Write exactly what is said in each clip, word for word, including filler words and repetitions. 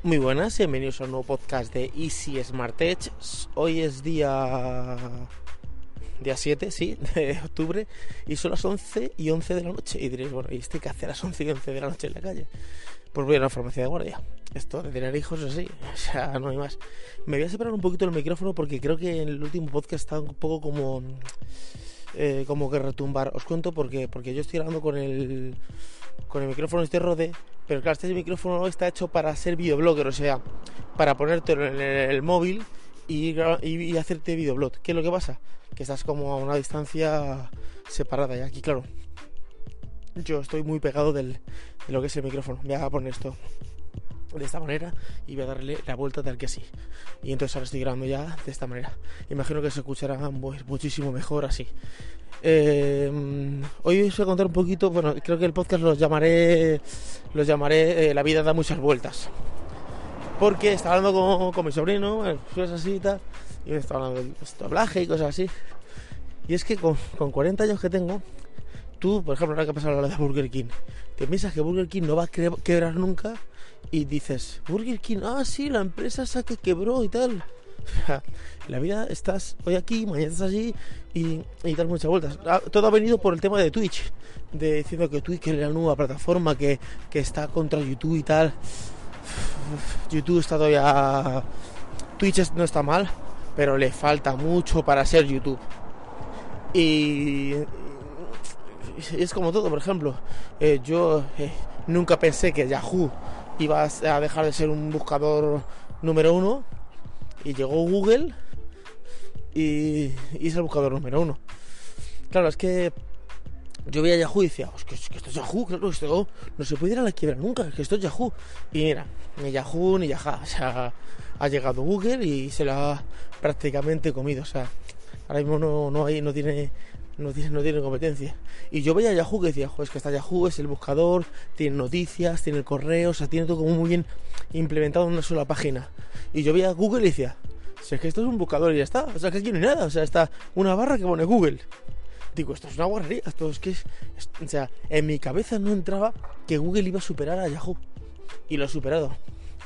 Muy buenas, bienvenidos a un nuevo podcast de Easy Smart Edge. Hoy es día día siete, sí, de octubre, y son las once y once de la noche. Y diréis, bueno, ¿y este qué hace a las once y once de la noche en la calle? Pues voy a una farmacia de guardia. Esto de tener hijos es así, o sea, no hay más. Me voy a separar un poquito el micrófono porque creo que en el último podcast estaba un poco como eh, como que retumbar. Os cuento porque porque yo estoy grabando con el con el micrófono este Rode, pero claro, este micrófono está hecho para ser videoblogger, o sea, para ponértelo en el, el móvil y, y, y hacerte videoblog. ¿Qué es lo que pasa? Que estás como a una distancia separada, y aquí, claro, yo estoy muy pegado del, de lo que es el micrófono. Voy a poner esto de esta manera y voy a darle la vuelta tal que así. Y entonces ahora estoy grabando ya de esta manera. Imagino que se escuchará pues, muchísimo mejor así. Eh, hoy os voy a contar un poquito. Bueno, creo que el podcast los llamaré Los llamaré eh, La vida da muchas vueltas, porque estaba hablando con, con mi sobrino, cosas así y tal, y me estaba hablando de doblaje y cosas así. Y es que con, con cuarenta años que tengo, tú, por ejemplo, ahora que ha pasado la de Burger King, te piensas que Burger King no va a quebrar nunca y dices, Burger King, ah sí, la empresa esa que quebró y tal. O sea, en la vida estás hoy aquí, mañana estás allí y, y das muchas vueltas. Todo ha venido por el tema de Twitch, de diciendo que Twitch es la nueva plataforma que, que está contra YouTube y tal. YouTube está todavía... Twitch no está mal, pero le falta mucho para ser YouTube. Y... es como todo, por ejemplo, eh, yo eh, nunca pensé que Yahoo iba a dejar de ser un buscador número uno, y llegó Google y, y es el buscador número uno. Claro, es que yo veía Yahoo y decía, que, que esto es Yahoo, claro, esto no se puede ir a la quiebra nunca, que esto es Yahoo. Y mira, ni Yahoo ni Yahoo, o sea, ha llegado Google y se la ha prácticamente comido. O sea, ahora mismo no, no hay, no tiene... No tiene, no tiene competencia. Y yo veía Yahoo que decía, joder, es que está Yahoo, es el buscador, tiene noticias, tiene el correo, o sea, tiene todo como muy bien implementado en una sola página. Y yo veía Google y decía, si es que esto es un buscador y ya está, o sea, que aquí no hay nada, o sea, está una barra que pone Google. Digo, esto es una guarrería, esto es que es, es... O sea, en mi cabeza no entraba que Google iba a superar a Yahoo. Y lo ha superado.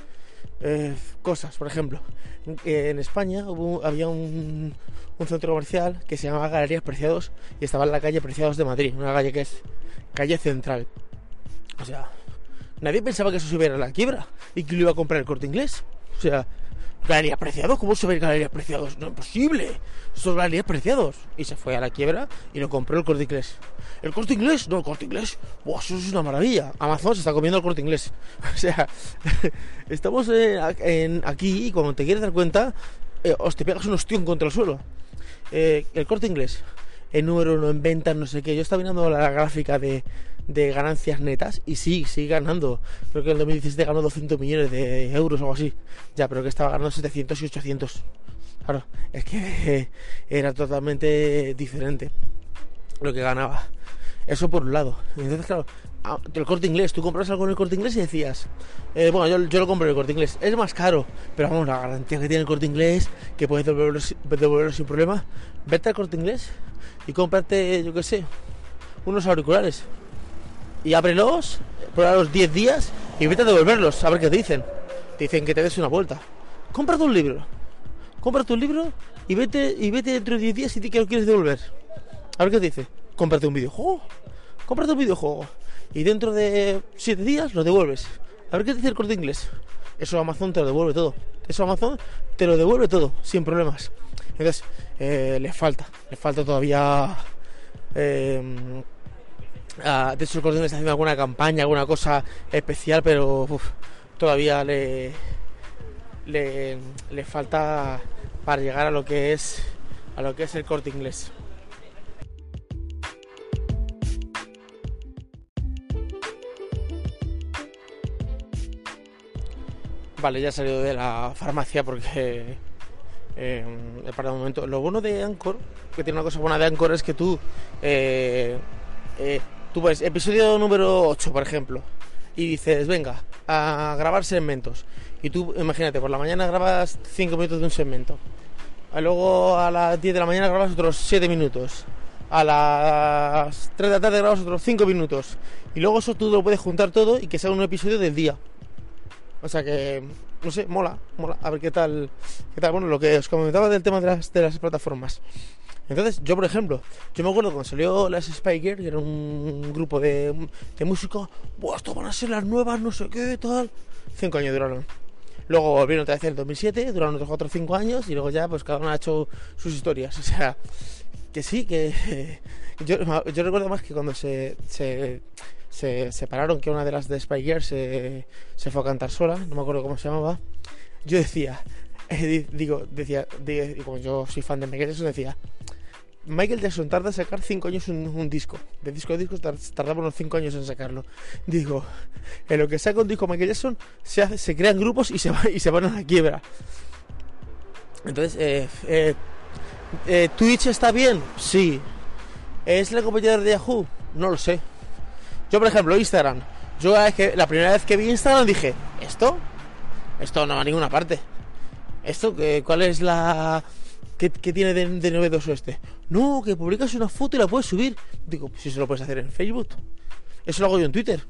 Eh, cosas, por ejemplo, en España hubo, había un, un centro comercial que se llamaba Galerías Preciados y estaba en la calle Preciados de Madrid, una calle que es calle central. O sea, nadie pensaba que eso se iba a ir a la quiebra y que lo iba a comprar el Corte Inglés. O sea, Galerías Preciados, ¿cómo se ve Galerías Preciados? No es posible, esos Galerías Preciados. Y se fue a la quiebra y lo compró el Corte Inglés. ¿El Corte Inglés? No, el Corte Inglés. Buah, eso es una maravilla. Amazon se está comiendo el Corte Inglés. O sea, estamos eh, en, aquí y cuando te quieres dar cuenta, eh, os te pegas un ostión contra el suelo. Eh, el Corte Inglés, el número uno en ventas, no sé qué. Yo estaba mirando la gráfica de, de ganancias netas y sí, sigue ganando. Creo que en el dos mil diecisiete ganó doscientos millones de euros o algo así. Ya, pero que estaba ganando setecientos y ochocientos. Claro, es que eh, era totalmente diferente lo que ganaba. Eso por un lado. Entonces, claro, el Corte Inglés, tú compras algo en el Corte Inglés y decías, eh, bueno, yo, yo lo compro en el Corte Inglés, es más caro, pero vamos, la garantía que tiene el Corte Inglés, que puedes devolverlo, devolverlo sin problema. Vete al Corte Inglés y cómprate, yo qué sé, unos auriculares y ábrelos, pruébalos diez días y vete a devolverlos, a ver qué te dicen. Te dicen que te des una vuelta. Cómprate un libro, cómprate un libro y vete, y vete dentro de diez días si te lo quieres devolver. A ver qué te dice. Cómprate un videojuego, cómprate un videojuego y dentro de siete días lo devuelves. A ver qué te dice el Corte Inglés. Eso Amazon te lo devuelve todo. Eso Amazon te lo devuelve todo, sin problemas. Entonces, eh, le falta, le falta todavía... Eh, a, de hecho, el Corte Inglés está haciendo alguna campaña, alguna cosa especial, pero uf, todavía le, le, le falta para llegar a lo que es, a lo que es el Corte Inglés. Vale, ya he salido de la farmacia porque eh, he parado un momento. Lo bueno de Anchor, que tiene una cosa buena de Anchor, es que tú eh, eh, tú ves episodio número ocho, por ejemplo, y dices, venga, a grabar segmentos. Y tú, imagínate, por la mañana grabas cinco minutos de un segmento. Luego a las diez de la mañana grabas otros siete minutos. A las tres de la tarde grabas otros cinco minutos. Y luego eso tú lo puedes juntar todo y que sea un episodio del día. O sea que, no sé, mola, mola. A ver qué tal, qué tal. Bueno, lo que os comentaba del tema de las, de las plataformas. Entonces, yo por ejemplo, yo me acuerdo cuando salió las Spiker, que era un grupo de, de música, ¡buah, esto van a ser las nuevas, no sé qué, tal! Cinco años duraron. Luego volvieron otra vez en el dos mil siete, duraron otros cuatro o cinco años, y luego ya, pues cada uno ha hecho sus historias. O sea, que sí, que... Eh, yo, yo recuerdo más que cuando se... se se separaron, que una de las de Spy Girls se, se fue a cantar sola, no me acuerdo cómo se llamaba. Yo decía, eh, digo, decía, digo, como yo soy fan de Michael Jackson, decía, Michael Jackson tarda en sacar cinco años un, un disco, de disco a disco tardaba unos cinco años en sacarlo. Digo, en lo que saca un disco Michael Jackson se hace, se crean grupos y se va, y se van a la quiebra. Entonces, eh, eh, eh, Twitch está bien, sí. ¿Es la competidora de Yahoo? No lo sé. Yo, por ejemplo, Instagram. Yo es que la primera vez que vi Instagram dije, ¿esto? Esto no va a ninguna parte. ¿Esto qué, cuál es la... ¿Qué, qué tiene de, de novedoso este? No, que publicas una foto y la puedes subir. Digo, pues si eso lo puedes hacer en Facebook. Eso lo hago yo en Twitter.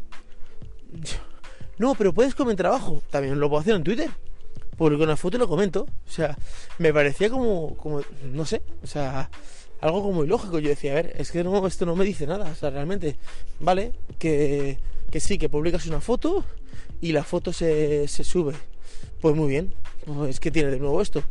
No, pero puedes comentar abajo. También lo puedo hacer en Twitter. Publico una foto y lo comento. O sea, me parecía como... como no sé, o sea... algo como ilógico. Yo decía, a ver, es que no, esto no me dice nada. O sea, realmente, vale, que, que sí, que publicas una foto y la foto se, se sube. Pues muy bien, pues ¿qué tiene de nuevo esto?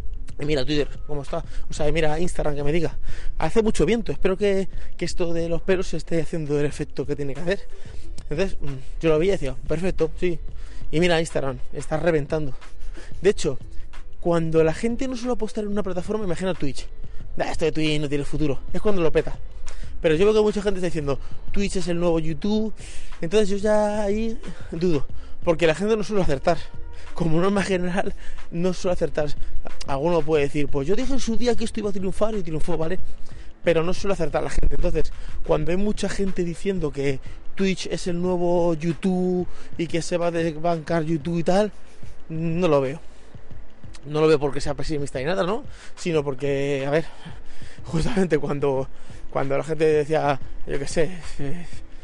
Y mira Twitter, cómo está. O sea, mira Instagram, que me diga. Hace mucho viento, espero que, que esto de los pelos se esté haciendo el efecto que tiene que hacer. Entonces, yo lo veía y decía, perfecto, sí. Y mira Instagram, está reventando. De hecho, cuando la gente no suele apostar en una plataforma, imagina Twitch. Nah, esto de Twitch no tiene futuro. Es cuando lo peta. Pero yo veo que mucha gente está diciendo Twitch es el nuevo YouTube. Entonces yo ya ahí dudo. Porque la gente no suele acertar. Como norma general, no suele acertar. Alguno puede decir, pues yo dije en su día que esto iba a triunfar y triunfó, ¿vale? Pero no suele acertar la gente. Entonces, cuando hay mucha gente diciendo que Twitch es el nuevo YouTube y que se va a desbancar YouTube y tal, no lo veo. No lo veo porque sea pesimista ni nada, ¿no? Sino porque, a ver, justamente cuando, cuando la gente decía, yo qué sé, eh,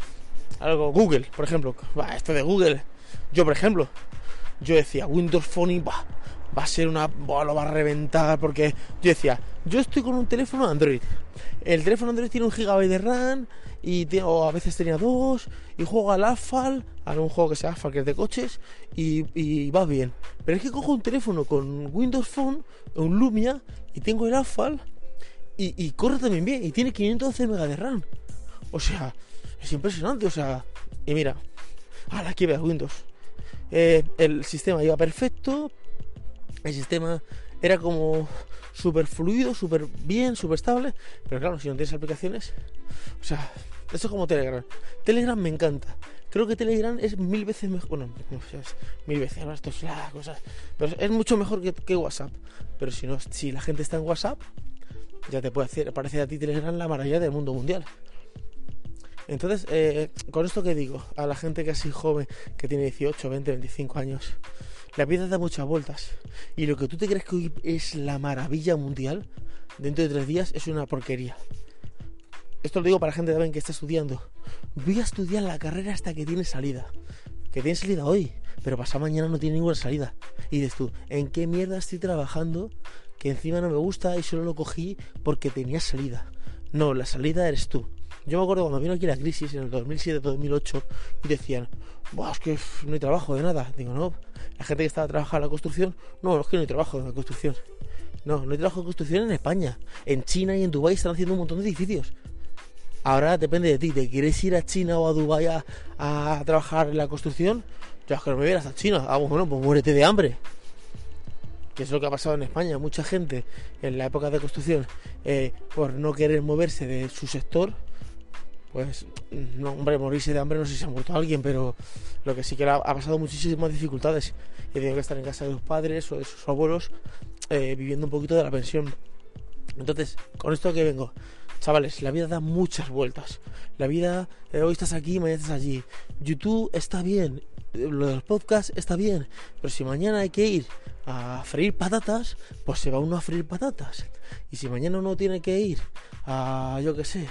algo, Google, por ejemplo, bah, esto de Google, yo por ejemplo, yo decía, Windows Phone, bah, va a ser una, bah, lo va a reventar, porque yo decía, yo estoy con un teléfono Android, el teléfono Android tiene un gigabyte de RAM, y te, o a veces tenía dos, y juego al Asphalt, a un juego que sea Asphalt, que es de coches, y, y va bien. Pero es que cojo un teléfono con Windows Phone, un Lumia, y tengo el Asphalt, y, y corre también bien, y tiene quinientos doce megas de RAM. O sea, es impresionante, o sea, y mira, a la que veas Windows. Eh, el sistema iba perfecto, el sistema era como súper fluido, súper bien, súper estable, pero claro, si no tienes aplicaciones, o sea, esto es como Telegram. Telegram me encanta. Creo que Telegram es mil veces mejor. Bueno, es mil veces, ahora esto es la cosa. Pero es mucho mejor que, que WhatsApp. Pero si no, si la gente está en WhatsApp, ya te puede hacer, parece a ti Telegram la maravilla del mundo mundial. Entonces, eh, con esto que digo, a la gente que es así joven, que tiene dieciocho, veinte, veinticinco años, la vida da muchas vueltas. Y lo que tú te crees que hoy es la maravilla mundial, dentro de tres días es una porquería. Esto lo digo para gente también que está estudiando. Voy a estudiar la carrera hasta que tiene salida. Que tiene salida hoy, pero pasado mañana no tiene ninguna salida. Y dices tú, ¿en qué mierda estoy trabajando? Que encima no me gusta y solo lo cogí porque tenía salida. No, la salida eres tú. Yo me acuerdo cuando vino aquí la crisis en el dos mil siete dos mil ocho y decían, Buah, es que pff, no hay trabajo de nada. Digo, no, la gente que estaba trabajando en la construcción, no, es que no hay trabajo en la construcción. No, no hay trabajo en construcción en España. En China y en Dubái están haciendo un montón de edificios. Ahora depende de ti, ¿te quieres ir a China o a Dubái a, a trabajar en la construcción? Ya es que no me vieras a China. Ah, bueno, pues muérete de hambre. Que es lo que ha pasado en España. Mucha gente en la época de construcción, eh, por no querer moverse de su sector, pues, no, hombre, morirse de hambre no sé si se ha muerto alguien, pero lo que sí que ha, ha pasado muchísimas dificultades. Y ha tenido que estar en casa de sus padres o de sus abuelos, eh, viviendo un poquito de la pensión. Entonces, con esto que vengo, chavales, la vida da muchas vueltas. La vida, eh, hoy estás aquí, mañana estás allí. YouTube está bien, lo de los podcasts está bien, pero si mañana hay que ir a freír patatas, pues se va uno a freír patatas. Y si mañana uno tiene que ir a, yo qué sé,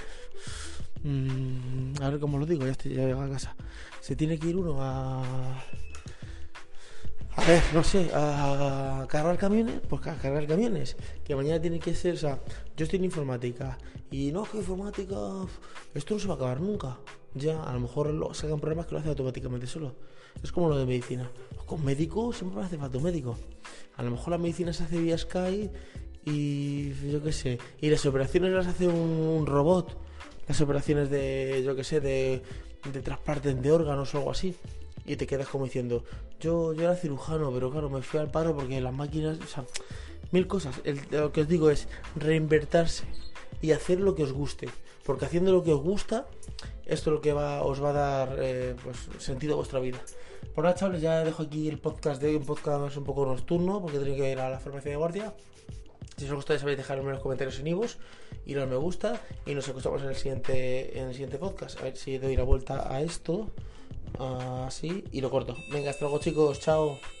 mmm, a ver cómo lo digo, ya estoy ya llego a casa. Se tiene que ir uno a... A ver, no sé, a cargar camiones, pues a cargar camiones. Que mañana tiene que ser, o sea, yo estoy en informática. Y no, que informática, esto no se va a acabar nunca. Ya, a lo mejor lo, sacan programas que lo hacen automáticamente solo. Es como lo de medicina. Con médico siempre me hace falta un médico. A lo mejor la medicina se hace vía Skype y yo qué sé. Y las operaciones las hace un, un robot. Las operaciones de, yo qué sé, de, de trasplantes de órganos o algo así. Y te quedas como diciendo, yo, yo era cirujano, pero claro, me fui al paro porque las máquinas, o sea, mil cosas. El, lo que os digo es reinvertirse y hacer lo que os guste, porque haciendo lo que os gusta, esto es lo que va, os va a dar eh, pues, sentido a vuestra vida. Por ahora, chavales, ya dejo aquí el podcast de hoy, un podcast un poco nocturno, porque tengo que ir a la farmacia de guardia. Si os gusta, sabéis dejarme en los comentarios en iVoox y los me gusta, y nos escuchamos en el siguiente, en el siguiente podcast. A ver si doy la vuelta a esto. Así, y lo corto. Venga, hasta luego, chicos, chao.